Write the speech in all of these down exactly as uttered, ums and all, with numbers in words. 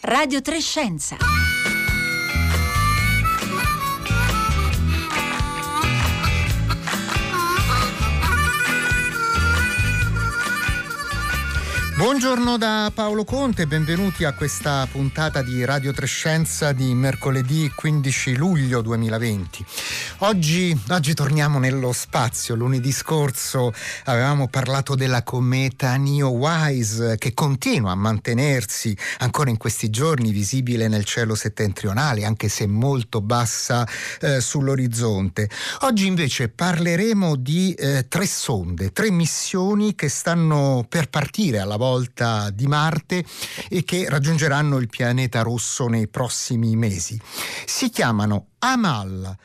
Radio tre Scienza. Buongiorno da Paolo Conte, benvenuti a questa puntata di Radio tre Scienza di mercoledì quindici luglio duemilaventi. Oggi, oggi torniamo nello spazio. Lunedì scorso avevamo parlato della cometa Neowise che continua a mantenersi ancora in questi giorni visibile nel cielo settentrionale, anche se molto bassa eh, sull'orizzonte. Oggi invece parleremo di eh, tre sonde, tre missioni che stanno per partire alla volta di Marte e che raggiungeranno il pianeta rosso nei prossimi mesi. Si chiamano Amal,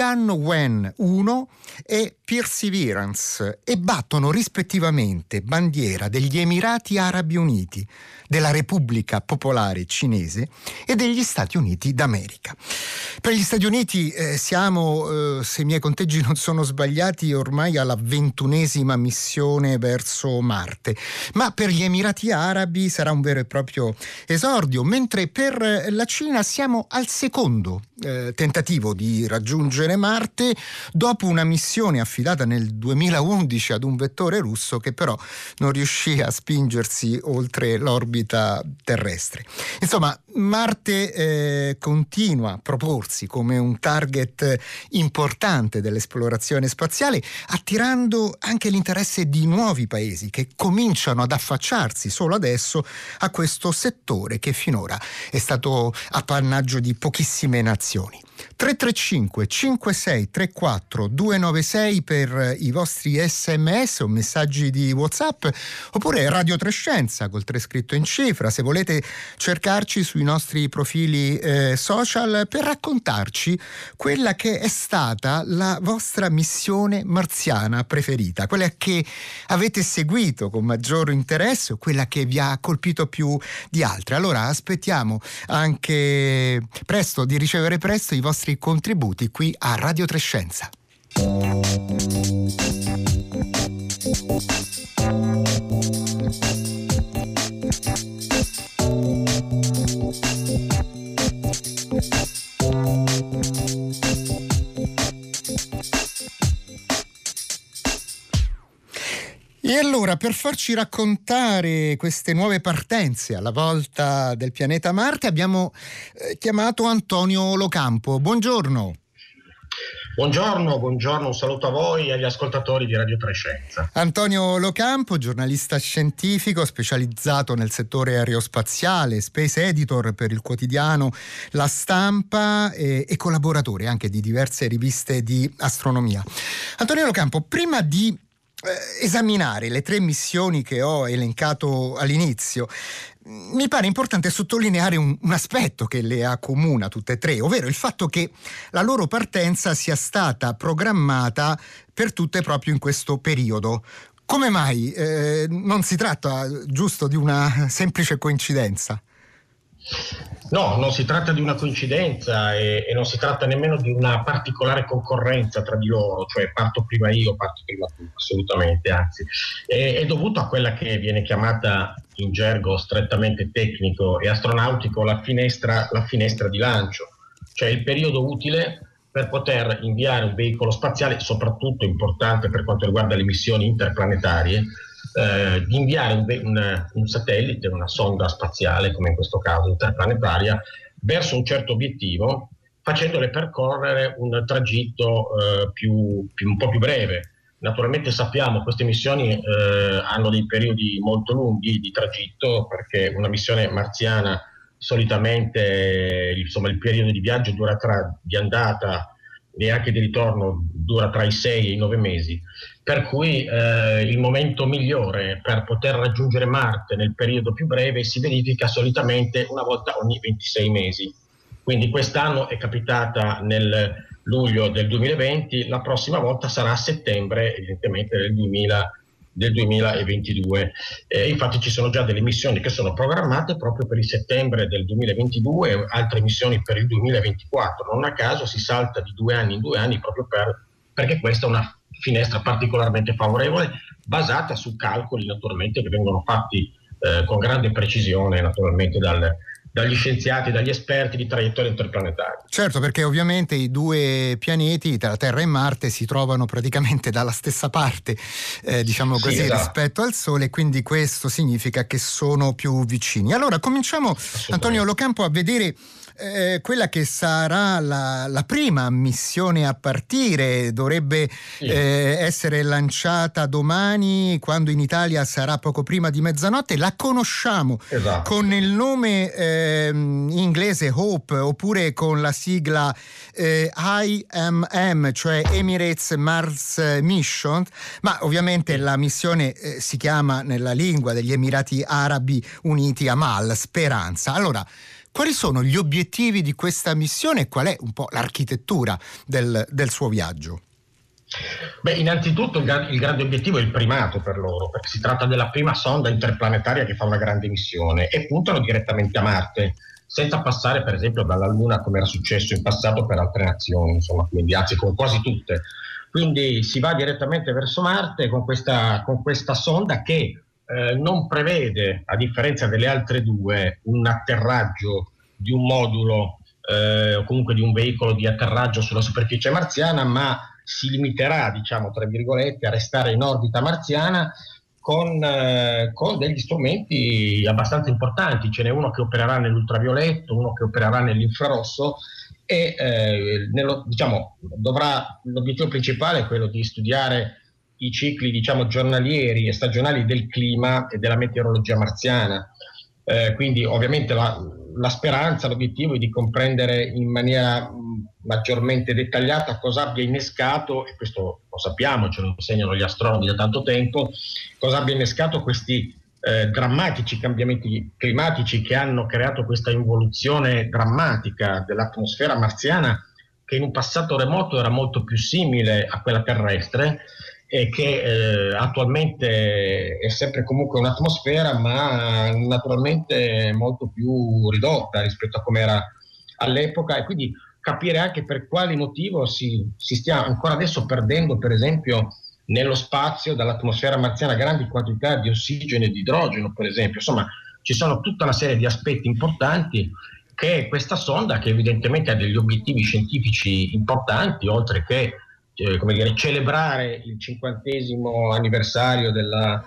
Tianwen uno e Perseverance e battono rispettivamente bandiera degli Emirati Arabi Uniti, della Repubblica Popolare Cinese e degli Stati Uniti d'America. Per gli Stati Uniti eh, siamo, eh, se i miei conteggi non sono sbagliati, ormai alla ventunesima missione verso Marte, ma per gli Emirati Arabi sarà un vero e proprio esordio, mentre per la Cina siamo al secondo eh, tentativo di raggiungere Marte dopo una missione affidata nel duemilaundici ad un vettore russo che però non riuscì a spingersi oltre l'orbita terrestre. Insomma, Marte eh, continua a proporsi come un target importante dell'esplorazione spaziale, attirando anche l'interesse di nuovi paesi che cominciano ad affacciarsi solo adesso a questo settore che finora è stato appannaggio di pochissime nazioni. tre tre cinque cinque sei tre quattro due nove sei per i vostri sms o messaggi di WhatsApp, oppure Radio tre Scienza col tre scritto in cifra se volete cercarci sui nostri profili eh, social per raccontarci quella che è stata la vostra missione marziana preferita, quella che avete seguito con maggior interesse o quella che vi ha colpito più di altre. Allora aspettiamo anche presto di ricevere presto i vostri contributi qui a Radio tre Scienza. E allora, per farci raccontare queste nuove partenze alla volta del pianeta Marte, abbiamo eh, chiamato Antonio Locampo. Buongiorno. Buongiorno, buongiorno, un saluto a voi e agli ascoltatori di Radio tre Scienza. Antonio Locampo, giornalista scientifico specializzato nel settore aerospaziale, space editor per il quotidiano La Stampa e, e collaboratore anche di diverse riviste di astronomia. Antonio Locampo, prima di Eh, esaminare le tre missioni che ho elencato all'inizio, mi pare importante sottolineare un, un aspetto che le accomuna tutte e tre, ovvero il fatto che la loro partenza sia stata programmata per tutte proprio in questo periodo. Come mai? Eh, non si tratta giusto di una semplice coincidenza? No, non si tratta di una coincidenza e, e non si tratta nemmeno di una particolare concorrenza tra di loro, cioè parto prima io, parto prima tu, assolutamente, anzi. È, è dovuto a quella che viene chiamata in gergo strettamente tecnico e astronautico la finestra, la finestra di lancio, cioè il periodo utile per poter inviare un veicolo spaziale, soprattutto importante per quanto riguarda le missioni interplanetarie, Eh, di inviare un, un, un satellite, una sonda spaziale, come in questo caso interplanetaria, verso un certo obiettivo, facendole percorrere un tragitto eh, più, più, un po' più breve. Naturalmente sappiamo che queste missioni eh, hanno dei periodi molto lunghi di tragitto, perché una missione marziana solitamente, insomma, il periodo di viaggio dura tra di andata e anche di ritorno dura tra i sei e i nove mesi, per cui eh, il momento migliore per poter raggiungere Marte nel periodo più breve si verifica solitamente una volta ogni ventisei mesi. Quindi quest'anno è capitata nel luglio del duemilaventi, la prossima volta sarà a settembre evidentemente del duemila del duemilaventidue. Eh, infatti ci sono già delle missioni che sono programmate proprio per il settembre del duemilaventidue e altre missioni per il duemilaventiquattro. Non a caso si salta di due anni in due anni proprio per, perché questa è una finestra particolarmente favorevole, basata su calcoli naturalmente che vengono fatti eh, con grande precisione naturalmente dal, dagli scienziati, dagli esperti di traiettoria interplanetaria. Certo, perché ovviamente i due pianeti, la Terra e Marte, si trovano praticamente dalla stessa parte, eh, diciamo così, sì, esatto, rispetto al Sole, quindi questo significa che sono più vicini. Allora cominciamo, Antonio Locampo, a vedere Eh, quella che sarà la, la prima missione a partire. Dovrebbe sì. eh, essere lanciata domani, quando in Italia sarà poco prima di mezzanotte. La conosciamo esatto. con il nome eh, inglese Hope, oppure con la sigla eh, I M M, cioè Emirates Mars Mission, ma ovviamente la missione eh, si chiama nella lingua degli Emirati Arabi Uniti Amal, Speranza. Allora, quali sono gli obiettivi di questa missione e qual è un po' l'architettura del, del suo viaggio? Beh, innanzitutto il, il grande obiettivo è il primato per loro, perché si tratta della prima sonda interplanetaria che fa una grande missione e puntano direttamente a Marte, senza passare per esempio dalla Luna come era successo in passato per altre nazioni, insomma, quindi anzi con quasi tutte. Quindi si va direttamente verso Marte con questa, con questa sonda che Eh, non prevede, a differenza delle altre due, un atterraggio di un modulo eh, o comunque di un veicolo di atterraggio sulla superficie marziana, ma si limiterà, diciamo, tra virgolette, a restare in orbita marziana con, eh, con degli strumenti abbastanza importanti. Ce n'è uno che opererà nell'ultravioletto, uno che opererà nell'infrarosso e eh, nello, diciamo, dovrà, l'obiettivo principale è quello di studiare i cicli, diciamo, giornalieri e stagionali del clima e della meteorologia marziana. Eh, quindi ovviamente la, la speranza, l'obiettivo è di comprendere in maniera mh, maggiormente dettagliata cosa abbia innescato, e questo lo sappiamo, ce lo insegnano gli astronomi da tanto tempo, cosa abbia innescato questi eh, drammatici cambiamenti climatici che hanno creato questa involuzione drammatica dell'atmosfera marziana, che in un passato remoto era molto più simile a quella terrestre, e che eh, attualmente è sempre comunque un'atmosfera, ma naturalmente molto più ridotta rispetto a come era all'epoca, e quindi capire anche per quali motivo si, si stia ancora adesso perdendo, per esempio, nello spazio dall'atmosfera marziana grandi quantità di ossigeno e di idrogeno, per esempio. Insomma, ci sono tutta una serie di aspetti importanti che questa sonda, che evidentemente ha degli obiettivi scientifici importanti, oltre che come dire, celebrare il cinquantesimo anniversario della,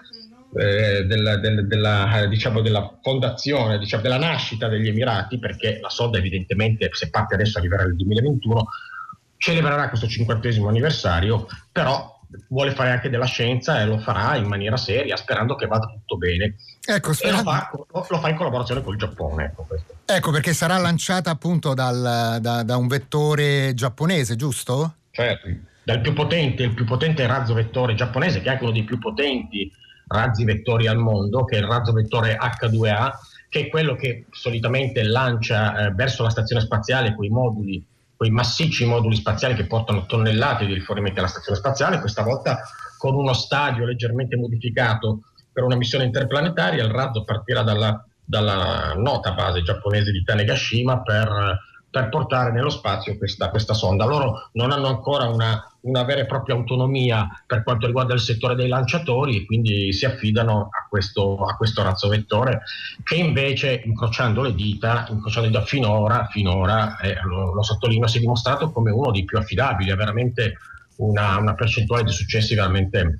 eh, della, della, della, diciamo, della fondazione, diciamo, della nascita degli Emirati, perché la sonda evidentemente, se parte adesso, arriverà nel duemilaventuno, celebrerà questo cinquantesimo anniversario, però vuole fare anche della scienza e lo farà in maniera seria, sperando che vada tutto bene. Ecco, sperando... e lo fa, lo fa in collaborazione con il Giappone. Ecco, questo. ecco perché sarà lanciata appunto dal, da, da un vettore giapponese, giusto? Certo. Dal più potente, il più potente razzo vettore giapponese, che è anche uno dei più potenti razzi vettori al mondo, che è il razzo vettore acca due a, che è quello che solitamente lancia eh, verso la stazione spaziale quei moduli, quei massicci moduli spaziali che portano tonnellate di rifornimenti alla stazione spaziale, questa volta con uno stadio leggermente modificato per una missione interplanetaria. Il razzo partirà dalla, dalla nota base giapponese di Tanegashima per... per portare nello spazio questa, questa sonda. Loro non hanno ancora una, una vera e propria autonomia per quanto riguarda il settore dei lanciatori, e quindi si affidano a questo, a questo razzo vettore, che invece, incrociando le dita, incrociando le dita finora, finora eh, lo, lo sottolineo, si è dimostrato come uno dei più affidabili, ha veramente una, una percentuale di successi veramente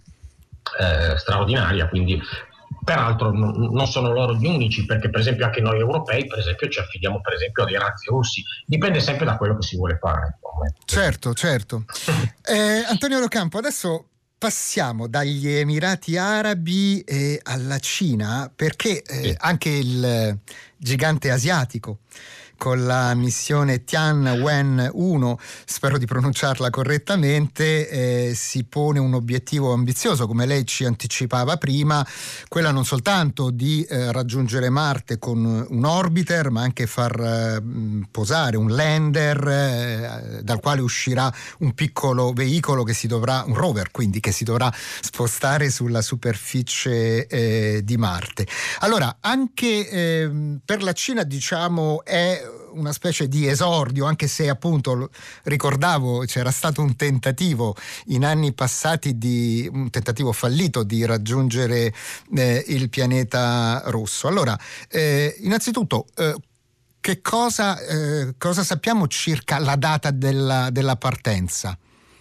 eh, straordinaria. Quindi peraltro non sono loro gli unici, perché per esempio anche noi europei, per esempio, ci affidiamo per esempio a dei razzi russi. Dipende sempre da quello che si vuole fare. Certo, certo. eh, Antonio Locampo, adesso passiamo dagli Emirati Arabi eh, alla Cina, perché eh, sì. anche il gigante asiatico con la missione Tianwen uno, spero di pronunciarla correttamente, eh, si pone un obiettivo ambizioso, come lei ci anticipava prima, quella non soltanto di eh, raggiungere Marte con un orbiter, ma anche far eh, posare un lander eh, dal quale uscirà un piccolo veicolo che si dovrà, un rover quindi, che si dovrà spostare sulla superficie eh, di Marte. Allora, anche eh, per la Cina, diciamo, è una specie di esordio, anche se appunto ricordavo c'era stato un tentativo in anni passati, di un tentativo fallito di raggiungere eh, il pianeta rosso. Allora, eh, innanzitutto eh, che cosa, eh, cosa sappiamo circa la data della, della partenza?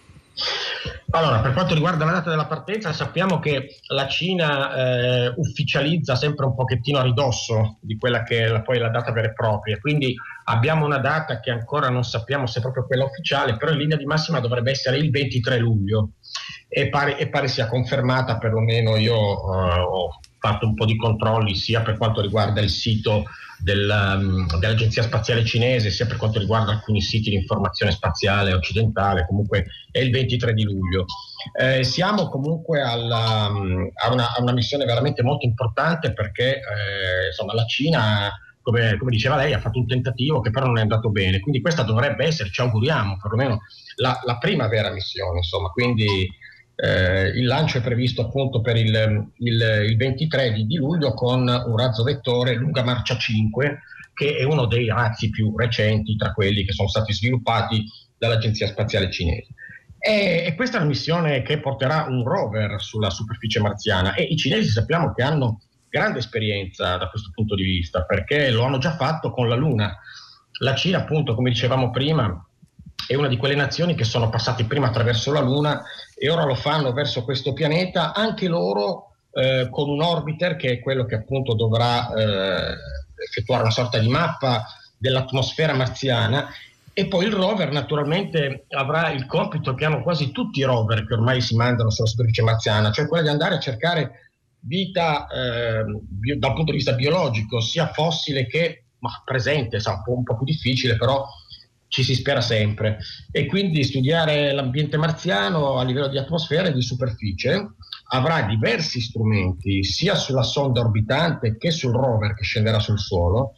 Allora, per quanto riguarda la data della partenza, sappiamo che la Cina eh, ufficializza sempre un pochettino a ridosso di quella che è la, poi la data vera e propria, quindi abbiamo una data che ancora non sappiamo se è proprio quella ufficiale, però in linea di massima dovrebbe essere il ventitré luglio e pare, e pare sia confermata, perlomeno io uh, ho fatto un po' di controlli sia per quanto riguarda il sito del, um, dell'Agenzia Spaziale Cinese, sia per quanto riguarda alcuni siti di informazione spaziale occidentale, comunque è il ventitré di luglio. Eh, siamo comunque alla, um, a, una, a una missione veramente molto importante perché eh, insomma la Cina, come, come diceva lei, ha fatto un tentativo che però non è andato bene, quindi questa dovrebbe essere, ci auguriamo, perlomeno la, la prima vera missione, insomma, quindi Eh, il lancio è previsto appunto per il, il, il ventitré di, di luglio con un razzo vettore lunga marcia cinque, che è uno dei razzi più recenti tra quelli che sono stati sviluppati dall'Agenzia Spaziale Cinese. E, e questa è una missione che porterà un rover sulla superficie marziana, e i cinesi sappiamo che hanno grande esperienza da questo punto di vista, perché lo hanno già fatto con la Luna. La Cina, appunto, come dicevamo prima, è una di quelle nazioni che sono passati prima attraverso la Luna e ora lo fanno verso questo pianeta, anche loro eh, con un orbiter che è quello che appunto dovrà eh, effettuare una sorta di mappa dell'atmosfera marziana, e poi il rover naturalmente avrà il compito che hanno quasi tutti i rover che ormai si mandano sulla superficie marziana, cioè quello di andare a cercare vita eh, bio, dal punto di vista biologico, sia fossile che ma, presente, sa, un po', un po' più difficile, però ci si spera sempre, e quindi studiare l'ambiente marziano a livello di atmosfera e di superficie. Avrà diversi strumenti sia sulla sonda orbitante che sul rover che scenderà sul suolo,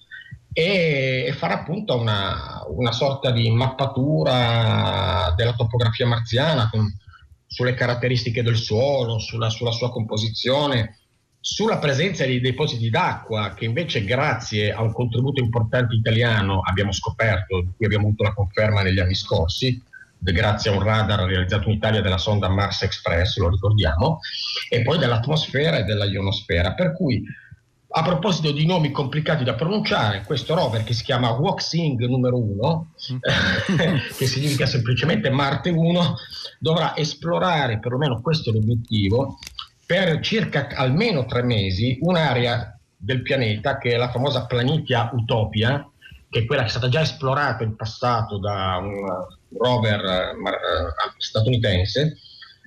e, e farà appunto una, una sorta di mappatura della topografia marziana con, sulle caratteristiche del suolo, sulla, sulla sua composizione, sulla presenza di depositi d'acqua che invece, grazie a un contributo importante italiano, abbiamo scoperto, di cui abbiamo avuto la conferma negli anni scorsi, grazie a un radar realizzato in Italia della sonda Mars Express, lo ricordiamo, e poi dell'atmosfera e della ionosfera. Per cui, a proposito di nomi complicati da pronunciare, questo rover, che si chiama Woxing numero uno, che significa semplicemente Marte uno, dovrà esplorare, perlomeno questo è l'obiettivo, per circa almeno tre mesi un'area del pianeta che è la famosa Planitia Utopia, che è quella che è stata già esplorata in passato da un rover eh, statunitense,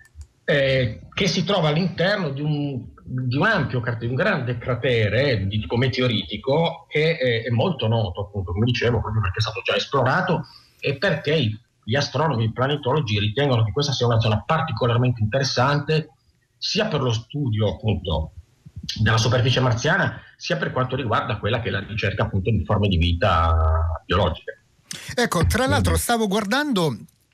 eh, che si trova all'interno di un, di un ampio, di un grande cratere di tipo meteoritico che è, è molto noto, appunto, come dicevo, proprio perché è stato già esplorato e perché gli astronomi e i planetologi ritengono che questa sia una zona particolarmente interessante, sia per lo studio appunto della superficie marziana, sia per quanto riguarda quella che è la ricerca appunto di forme di vita biologiche. Ecco, tra l'altro stavo guardando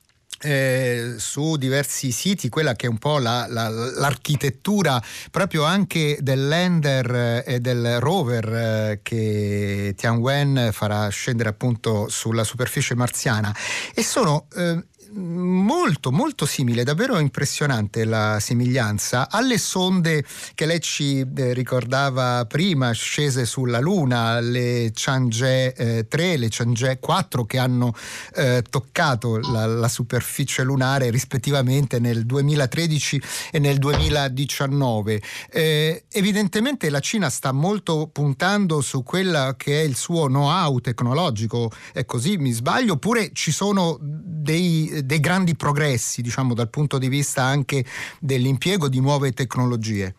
Eh, su diversi siti quella che è un po' la, la, l'architettura proprio anche del lander e del rover eh, che Tianwen farà scendere appunto sulla superficie marziana, e sono eh, molto molto simile, davvero impressionante la somiglianza alle sonde che lei ci eh, ricordava prima, scese sulla Luna, le Chang'e eh, tre, le Chang'e quattro, che hanno eh, toccato la, la superficie lunare rispettivamente nel duemilatredici e nel duemiladiciannove. Eh, evidentemente la Cina sta molto puntando su quella che è il suo know-how tecnologico, è così, mi sbaglio, oppure ci sono dei dei grandi progressi, diciamo, dal punto di vista anche dell'impiego di nuove tecnologie?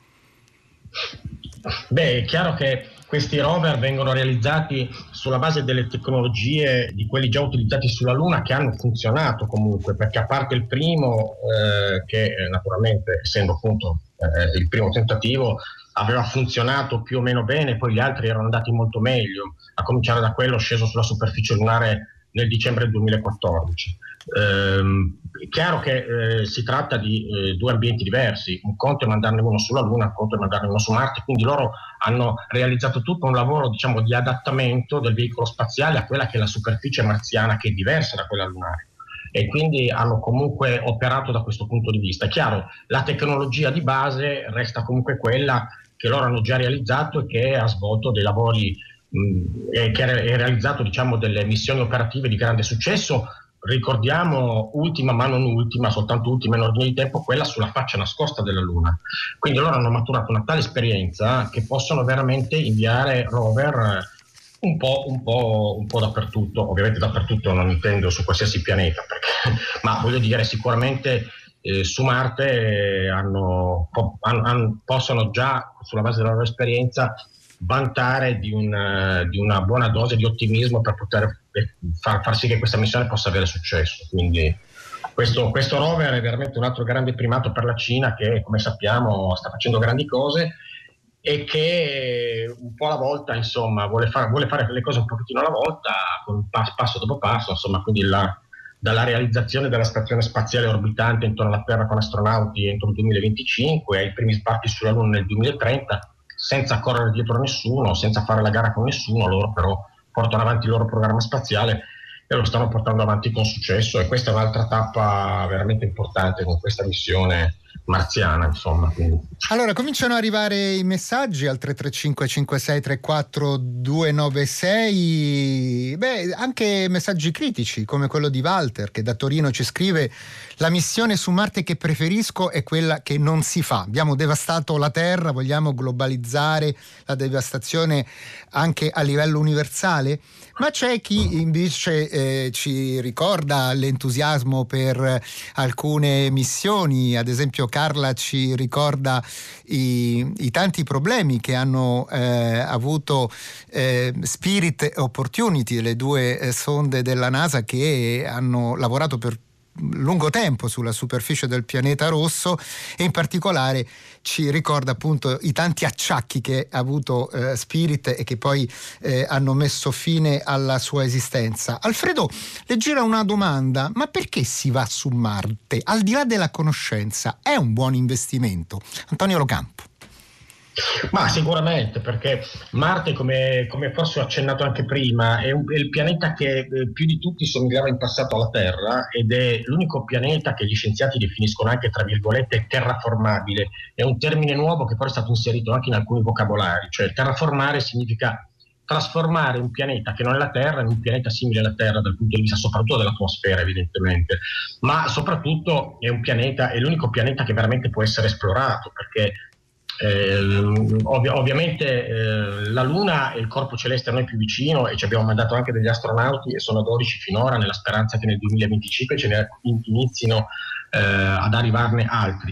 Beh, è chiaro che questi rover vengono realizzati sulla base delle tecnologie di quelli già utilizzati sulla Luna, che hanno funzionato comunque, perché a parte il primo, eh, che eh, naturalmente, essendo appunto eh, il primo tentativo, aveva funzionato più o meno bene, poi gli altri erano andati molto meglio, a cominciare da quello sceso sulla superficie lunare nel dicembre duemilaquattordici. Ehm, è chiaro che eh, si tratta di eh, due ambienti diversi, un conto è mandarne uno sulla Luna, un conto è mandarne uno su Marte, quindi loro hanno realizzato tutto un lavoro, diciamo, di adattamento del veicolo spaziale a quella che è la superficie marziana, che è diversa da quella lunare, e quindi hanno comunque operato da questo punto di vista. È chiaro, la tecnologia di base resta comunque quella che loro hanno già realizzato e che ha svolto dei lavori mh, che ha realizzato, diciamo, delle missioni operative di grande successo. Ricordiamo, ultima ma non ultima, soltanto ultima in ordine di tempo, quella sulla faccia nascosta della Luna. Quindi loro hanno maturato una tale esperienza che possono veramente inviare rover un po', un po', un po' dappertutto. Ovviamente dappertutto non intendo su qualsiasi pianeta, perché, ma voglio dire sicuramente eh, su Marte hanno, po- hanno, possono già, sulla base della loro esperienza, vantare di, un, di una buona dose di ottimismo per poter far, far sì che questa missione possa avere successo. Quindi questo, questo rover è veramente un altro grande primato per la Cina, che, come sappiamo, sta facendo grandi cose e che un po' alla volta, insomma, vuole fare, vuole fare le cose un pochettino alla volta, con passo, passo dopo passo, insomma, quindi la, dalla realizzazione della stazione spaziale orbitante intorno alla Terra con astronauti entro il duemilaventicinque ai primi sbarchi sulla Luna nel duemilatrenta, senza correre dietro a nessuno, senza fare la gara con nessuno. Loro però portano avanti il loro programma spaziale e lo stanno portando avanti con successo, e questa è un'altra tappa veramente importante con questa missione marziana, insomma. Quindi. Allora, cominciano ad arrivare i messaggi al tre tre cinque cinque sei tre quattro due nove sei, beh, anche messaggi critici come quello di Walter, che da Torino ci scrive: la missione su Marte che preferisco è quella che non si fa. Abbiamo devastato la Terra, vogliamo globalizzare la devastazione anche a livello universale? Ma c'è chi invece eh, ci ricorda l'entusiasmo per alcune missioni. Ad esempio Carla ci ricorda i, i tanti problemi che hanno eh, avuto eh, Spirit e Opportunity, le due eh, sonde della NASA che hanno lavorato per lungo tempo sulla superficie del pianeta rosso, e in particolare ci ricorda appunto i tanti acciacchi che ha avuto eh, Spirit e che poi eh, hanno messo fine alla sua esistenza. Alfredo le gira una domanda: ma perché si va su Marte? Al di là della conoscenza, è un buon investimento? Antonio Locampo. Ma sicuramente, perché Marte, come, come forse ho accennato anche prima, è, un, è il pianeta che eh, più di tutti somigliava in passato alla Terra, ed è l'unico pianeta che gli scienziati definiscono anche, tra virgolette, terraformabile. È un termine nuovo che poi è stato inserito anche in alcuni vocabolari, cioè terraformare significa trasformare un pianeta che non è la Terra in un pianeta simile alla Terra dal punto di vista soprattutto dell'atmosfera, evidentemente, ma soprattutto è un pianeta, è l'unico pianeta che veramente può essere esplorato, perché Eh, ovvi- ovviamente eh, la Luna è il corpo celeste a noi più vicino e ci abbiamo mandato anche degli astronauti, e sono dodici finora, nella speranza che nel duemilaventicinque ce ne inizino eh, ad arrivarne altri.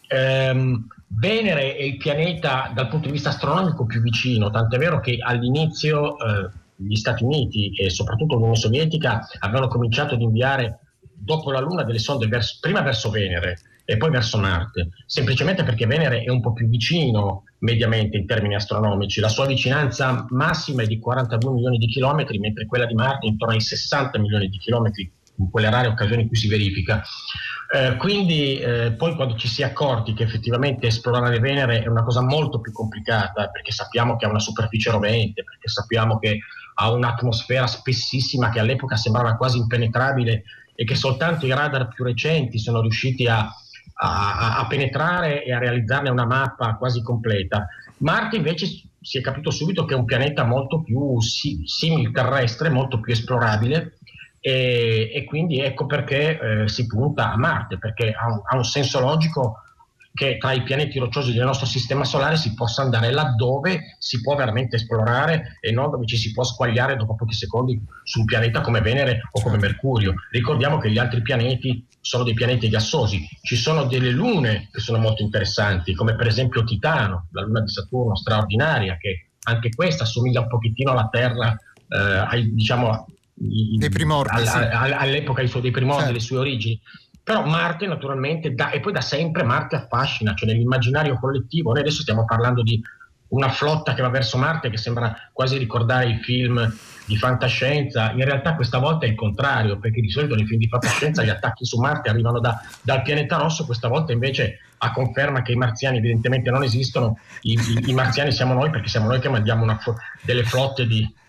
Eh, Venere è il pianeta dal punto di vista astronomico più vicino, tant'è vero che all'inizio eh, gli Stati Uniti e soprattutto l'Unione Sovietica avevano cominciato ad inviare dopo la Luna delle sonde verso, prima verso Venere e poi verso Marte, semplicemente perché Venere è un po' più vicino mediamente in termini astronomici. La sua vicinanza massima è di quarantadue milioni di chilometri, mentre quella di Marte è intorno ai sessanta milioni di chilometri, in quelle rare occasioni in cui si verifica. Eh, quindi eh, poi quando ci si è accorti che effettivamente esplorare Venere è una cosa molto più complicata, perché sappiamo che ha una superficie rovente, perché sappiamo che ha un'atmosfera spessissima che all'epoca sembrava quasi impenetrabile e che soltanto i radar più recenti sono riusciti a A, a penetrare e a realizzarne una mappa quasi completa. Marte invece si è capito subito che è un pianeta molto più si, simil terrestre, molto più esplorabile, e, e quindi ecco perché eh, si punta a Marte, perché ha un, ha un senso logico che tra i pianeti rocciosi del nostro sistema solare si possa andare laddove si può veramente esplorare e non dove ci si può squagliare dopo pochi secondi su un pianeta come Venere o come Mercurio. Ricordiamo che gli altri pianeti sono dei pianeti gassosi, ci sono delle lune che sono molto interessanti, come per esempio Titano, la luna di Saturno straordinaria, che anche questa assomiglia un pochettino alla Terra, eh, ai, diciamo i, dei primordi, all, sì. all, all'epoca dei, suoi, dei primordi, certo. delle sue origini. Però Marte naturalmente, da, e poi da sempre Marte affascina, cioè nell'immaginario collettivo. Noi adesso stiamo parlando di una flotta che va verso Marte che sembra quasi ricordare i film di fantascienza. In realtà questa volta è il contrario, perché di solito nei film di fantascienza gli attacchi su Marte arrivano da, dal pianeta rosso, questa volta invece a conferma che i marziani evidentemente non esistono, i, i, i marziani siamo noi, perché siamo noi che mandiamo una, delle flotte di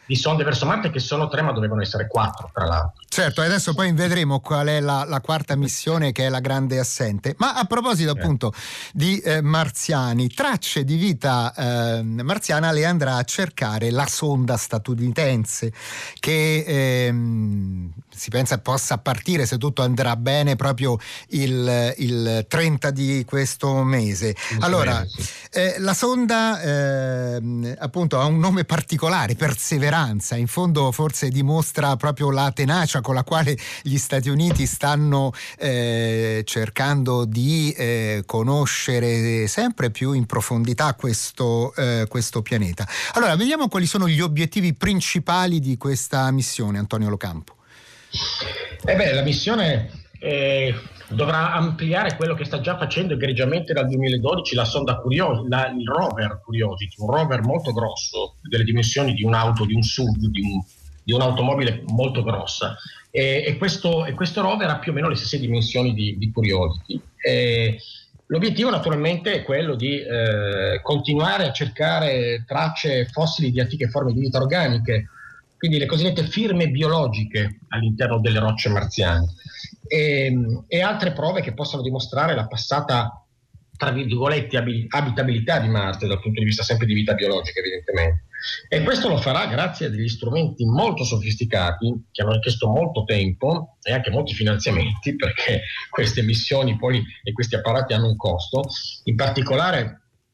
di sonde verso Marte, che sono tre ma dovevano essere quattro tra l'altro. Certo, e adesso poi vedremo qual è la, la quarta missione, che è la grande assente. Ma a proposito appunto di eh, marziani, tracce di vita eh, marziana le andrà a cercare la sonda statunitense, che ehm, si pensa possa partire, se tutto andrà bene, proprio il, il trenta di questo mese. Allora, eh, la sonda eh, appunto ha un nome particolare, Perseveranza. In fondo forse dimostra proprio la tenacia con la quale gli Stati Uniti stanno eh, cercando di eh, conoscere sempre più in profondità questo, eh, questo pianeta. Allora, vediamo quali sono gli obiettivi principali di questa missione, Antonio Locampo. Eh beh, la missione eh, dovrà ampliare quello che sta già facendo egregiamente dal duemiladodici la sonda Curiosity, la, il rover Curiosity, un rover molto grosso, delle dimensioni di un'auto, di un S U V, di, un, di un'automobile molto grossa. E, e, questo, e questo rover ha più o meno le stesse dimensioni di, di Curiosity. E l'obiettivo naturalmente è quello di eh, continuare a cercare tracce fossili di antiche forme di vita organiche, quindi le cosiddette firme biologiche all'interno delle rocce marziane, e, e altre prove che possano dimostrare la passata, tra virgolette, abitabilità di Marte dal punto di vista sempre di vita biologica, evidentemente. E questo lo farà grazie a degli strumenti molto sofisticati che hanno richiesto molto tempo e anche molti finanziamenti, perché queste missioni poi e questi apparati hanno un costo. In particolare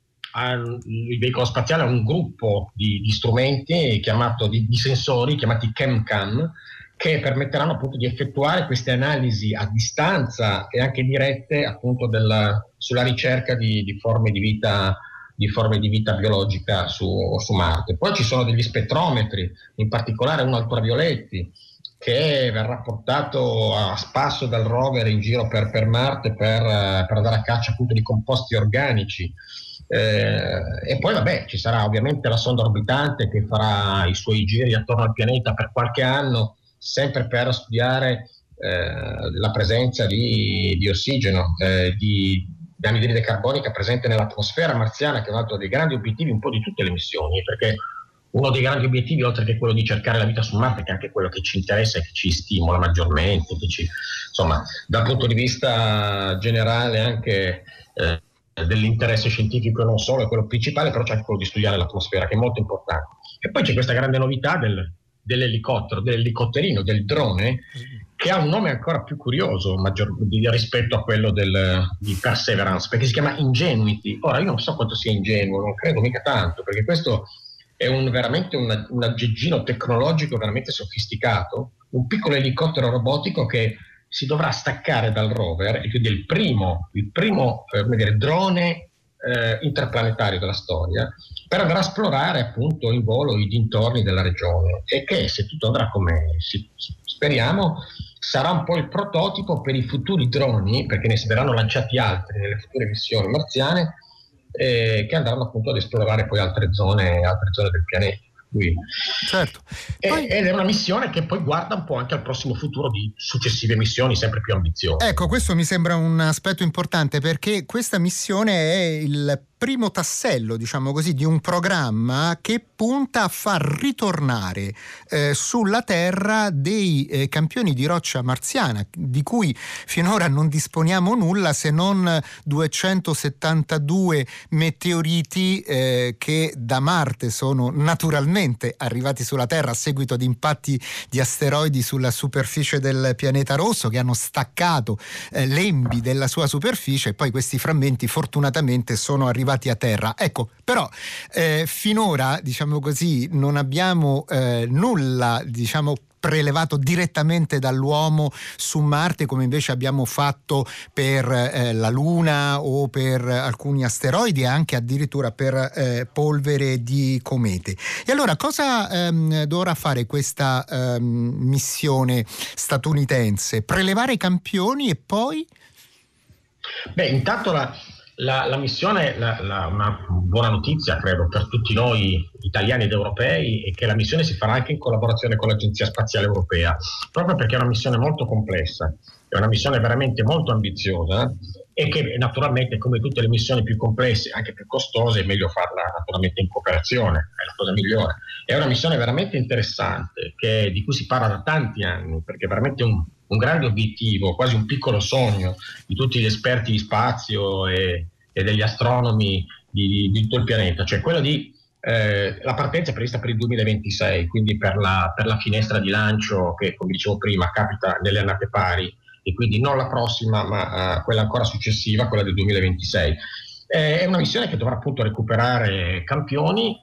il veicolo spaziale ha un gruppo di, di strumenti chiamato di, di sensori chiamati ChemCam, che permetteranno appunto di effettuare queste analisi a distanza e anche dirette appunto della, sulla ricerca di, di forme di vita di forme di vita biologica su, su Marte. Poi ci sono degli spettrometri, in particolare uno ultravioletti, che verrà portato a spasso dal rover in giro per, per Marte per, per andare a caccia appunto di composti organici. Eh, e poi vabbè, ci sarà ovviamente la sonda orbitante che farà i suoi giri attorno al pianeta per qualche anno, sempre per studiare eh, la presenza di, di ossigeno, eh, di, di anidride carbonica presente nell'atmosfera marziana, che è un altro dei grandi obiettivi un po' di tutte le missioni, perché uno dei grandi obiettivi, oltre che quello di cercare la vita su Marte, che è anche quello che ci interessa e che ci stimola maggiormente, che ci, insomma, dal punto di vista generale anche eh, dell'interesse scientifico non solo, è quello principale, però c'è anche quello di studiare l'atmosfera, che è molto importante. E poi c'è questa grande novità del, dell'elicottero, dell'elicotterino, del drone, che ha un nome ancora più curioso maggior, rispetto a quello del, di Perseverance, perché si chiama Ingenuity. Ora, io non so quanto sia ingenuo, non credo mica tanto, perché questo è un, veramente un, un aggeggino tecnologico veramente sofisticato, un piccolo elicottero robotico che si dovrà staccare dal rover, e quindi è il primo, il primo eh, come dire, drone eh, interplanetario della storia, per andare a esplorare appunto in volo i dintorni della regione, e che, se tutto andrà come si, speriamo, sarà un po' il prototipo per i futuri droni, perché ne saranno lanciati altri nelle future missioni marziane, eh, che andranno appunto ad esplorare poi altre zone, altre zone del pianeta. Certo. E, Poi... ed è una missione che poi guarda un po' anche al prossimo futuro di successive missioni sempre più ambiziose. Ecco, questo mi sembra un aspetto importante, perché questa missione è il primo tassello, diciamo così, di un programma che punta a far ritornare eh, sulla Terra dei eh, campioni di roccia marziana, di cui finora non disponiamo nulla, se non duecentosettantadue meteoriti eh, che da Marte sono naturalmente arrivati sulla Terra a seguito di impatti di asteroidi sulla superficie del pianeta rosso, che hanno staccato eh, lembi della sua superficie, e poi questi frammenti fortunatamente sono arrivati a terra. Ecco, però eh, finora, diciamo così, non abbiamo eh, nulla, diciamo, prelevato direttamente dall'uomo su Marte, come invece abbiamo fatto per eh, la Luna o per alcuni asteroidi, e anche addirittura per eh, polvere di comete. E allora cosa ehm, dovrà fare questa ehm, missione statunitense? Prelevare i campioni e poi? Beh, intanto la La, la missione, la, la, una buona notizia credo per tutti noi italiani ed europei, è che la missione si farà anche in collaborazione con l'Agenzia Spaziale Europea, proprio perché è una missione molto complessa, è una missione veramente molto ambiziosa, e che naturalmente, come tutte le missioni più complesse, anche più costose, è meglio farla naturalmente in cooperazione, è la cosa migliore. È una missione veramente interessante, che, di cui si parla da tanti anni, perché è veramente un, un grande obiettivo, quasi un piccolo sogno di tutti gli esperti di spazio e, e degli astronomi di, di tutto il pianeta, cioè quello di eh, la partenza è prevista per il duemilaventisei, quindi per la, per la finestra di lancio che, come dicevo prima, capita nelle annate pari, e quindi non la prossima ma uh, quella ancora successiva, quella del duemilaventisei. Eh, è una missione che dovrà appunto recuperare campioni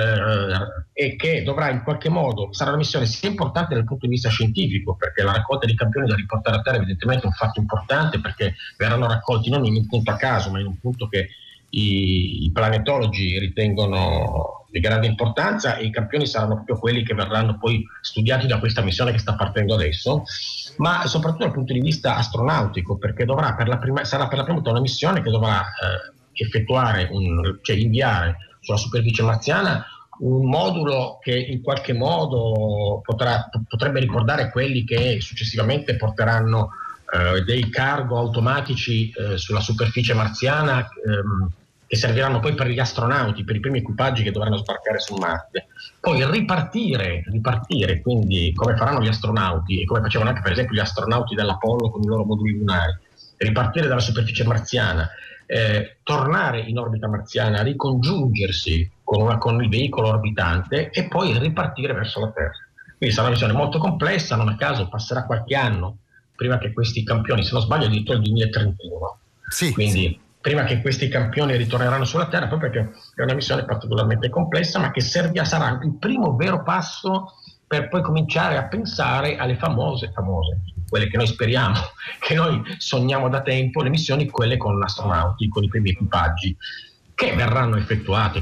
eh, e che dovrà in qualche modo, sarà una missione sia importante dal punto di vista scientifico, perché la raccolta di campioni da riportare a terra evidentemente è un fatto importante, perché verranno raccolti non in un punto a caso, ma in un punto che i, i planetologi ritengono di grande importanza, e i campioni saranno proprio quelli che verranno poi studiati da questa missione che sta partendo adesso, ma soprattutto dal punto di vista astronautico, perché dovrà per la prima, sarà per la prima volta una missione che dovrà eh, effettuare, un, cioè inviare sulla superficie marziana un modulo che in qualche modo potrà, potrebbe ricordare quelli che successivamente porteranno eh, dei cargo automatici eh, sulla superficie marziana, ehm, che serviranno poi per gli astronauti, per i primi equipaggi che dovranno sbarcare su Marte. Poi ripartire, ripartire, quindi come faranno gli astronauti e come facevano anche per esempio gli astronauti dell'Apollo con i loro moduli lunari, ripartire dalla superficie marziana, eh, tornare in orbita marziana, ricongiungersi con, una, con il veicolo orbitante e poi ripartire verso la Terra. Quindi sarà una missione molto complessa, non a caso passerà qualche anno prima che questi campioni, se non sbaglio addirittura il duemilatrentuno, sì, quindi sì. prima che questi campioni ritorneranno sulla Terra, proprio perché è una missione particolarmente complessa, ma che servirà, sarà il primo vero passo per poi cominciare a pensare alle famose, famose, quelle che noi speriamo, che noi sogniamo da tempo, le missioni, quelle con astronauti, con i primi equipaggi, che verranno effettuate,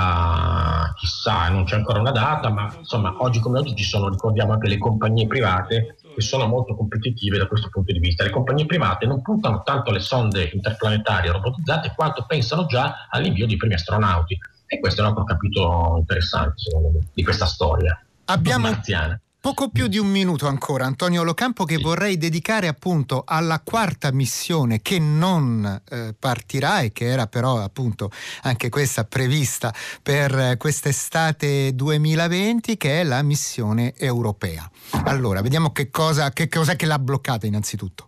chissà, chissà, non c'è ancora una data, ma insomma oggi come oggi ci sono, ricordiamo, anche le compagnie private che sono molto competitive da questo punto di vista. Le compagnie private non puntano tanto alle sonde interplanetarie robotizzate quanto pensano già all'invio dei primi astronauti, e questo è un altro capitolo interessante, secondo me, di questa storia Abbiamo marziana. Poco più di un minuto ancora, Antonio Locampo, che vorrei dedicare appunto alla quarta missione che non eh, partirà e che era però appunto anche questa prevista per eh, quest'estate duemilaventi, che è la missione europea. Allora, vediamo che cosa che cos'è che l'ha bloccata innanzitutto.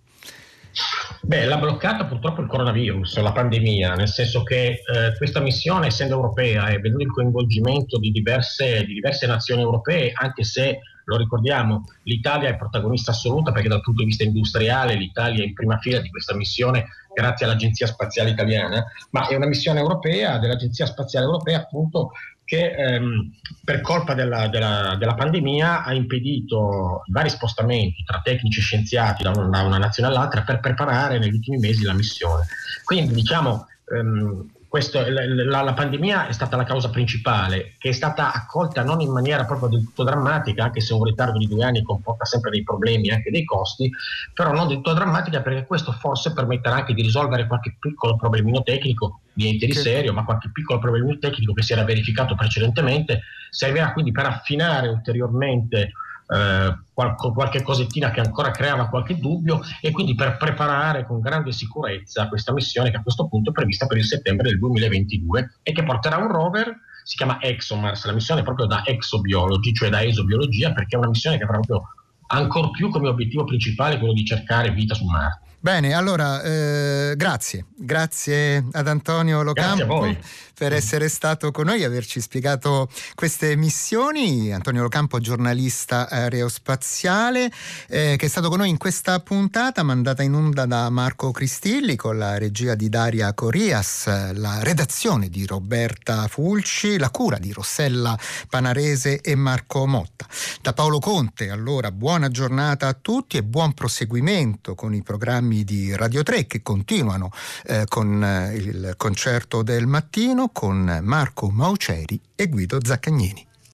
Beh, l'ha bloccata purtroppo il coronavirus, la pandemia, nel senso che eh, questa missione, essendo europea, e vedendo il coinvolgimento di diverse, di diverse nazioni europee, anche se, lo ricordiamo, l'Italia è protagonista assoluta, perché dal punto di vista industriale l'Italia è in prima fila di questa missione grazie all'Agenzia Spaziale Italiana, ma è una missione europea, dell'Agenzia Spaziale Europea appunto, che ehm, per colpa della, della, della pandemia ha impedito vari spostamenti tra tecnici e scienziati da una, da una nazione all'altra per preparare negli ultimi mesi la missione. Quindi diciamo ehm, questo, la, la pandemia è stata la causa principale, che è stata accolta non in maniera proprio del tutto drammatica, anche se un ritardo di due anni comporta sempre dei problemi e anche dei costi, però non del tutto drammatica, perché questo forse permetterà anche di risolvere qualche piccolo problemino tecnico, niente di serio, ma qualche piccolo problemino tecnico che si era verificato precedentemente. Servirà quindi per affinare ulteriormente eh, qualche, qualche cosettina che ancora creava qualche dubbio, e quindi per preparare con grande sicurezza questa missione, che a questo punto è prevista per il settembre del duemilaventidue e che porterà un rover. Si chiama ExoMars, la missione è proprio da exobiology, cioè da esobiologia, perché è una missione che avrà proprio ancor più come obiettivo principale quello di cercare vita su Marte. Bene, allora eh, grazie, grazie ad Antonio Locampo per essere stato con noi e averci spiegato queste missioni. Antonio Locampo, giornalista aerospaziale, eh, che è stato con noi in questa puntata mandata in onda da Marco Cristilli, con la regia di Daria Corias, la redazione di Roberta Fulci, la cura di Rossella Panarese e Marco Motta. Da Paolo Conte, allora, buona giornata a tutti e buon proseguimento con i programmi di Radio tre, che continuano eh, con eh, il concerto del mattino con Marco Mauceri e Guido Zaccagnini.